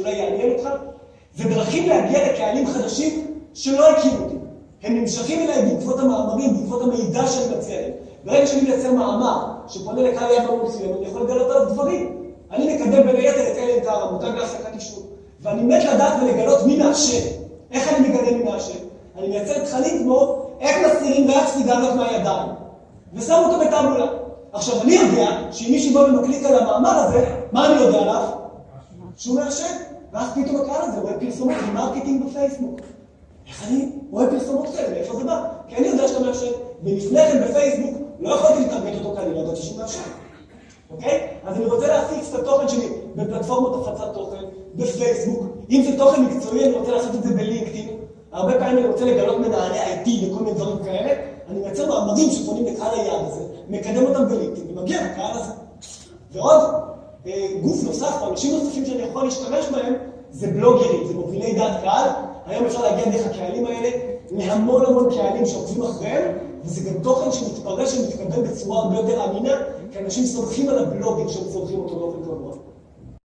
שאולי יעניין אותך, זה דרכים להגיע לקהלים חדשים שלא הכירו אותי. הם נמשכים אליי בעקבות המאמרים, בעקבות המידע שאני מציע להם. ברגע שאני מייצר מאמר שפונה לקהל יעד מאוד מסוים, אני יכול לגלות עליו דברים. אני מקדם בין היתר את אלן קאר, המותג להפסקת עישון. ואני מת לדעת ולגלות מי מעשן. איך אני מגלה מי מעשן? אני מייצר תכנים כמו איך מסירים ריח סיגריות מהידיים. ושם אותו בטאבולה. עכשיו, אני יודע שאם מישהו בא ומקליק על המאמר הזה, מה אני יודע עליו? שהוא מעשן. ואז פתאום הקהל הזה רואה פרסומות ומרקטינג בפייסבוק. איך אני רואה פרסומות כאלה? מאיפה זה בא? כי אני יודע שאתה מעשן. ולפני כן בפייסבוק לא יכולתי להתארגן אותו כאן, אני לא יודעת שהוא מעשן. אוקיי? אז אני רוצה להפיץ את התוכן שלי בפלטפורמות הפצת תוכן, בפייסבוק. אם זה תוכן מקצועי, אני רוצה לעשות את זה בלינקדאין. הרבה פעמים אני רוצה לגלות מנהלי IT וכל מיני דברים כאלה. אני מייצר מאמרים שפונים לקהל היעד הזה, מקדם אותם בלינקדאין ומגיע לקהל הזה. ועוד גוף נוסף, או אנשים נוספים שאני יכול להשתמש בהם, זה בלוגרים, זה מובילי דעת קהל. היום אפשר להגיע דרך הקהלים האלה להמון קהלים שעוקבים אחריהם, וזה גם תוכן שמתפרש ומתקבל בצורה הרבה יותר אמינה, כי אנשים סומכים על הבלוגים שהם צורכים אותו באופן קבוע.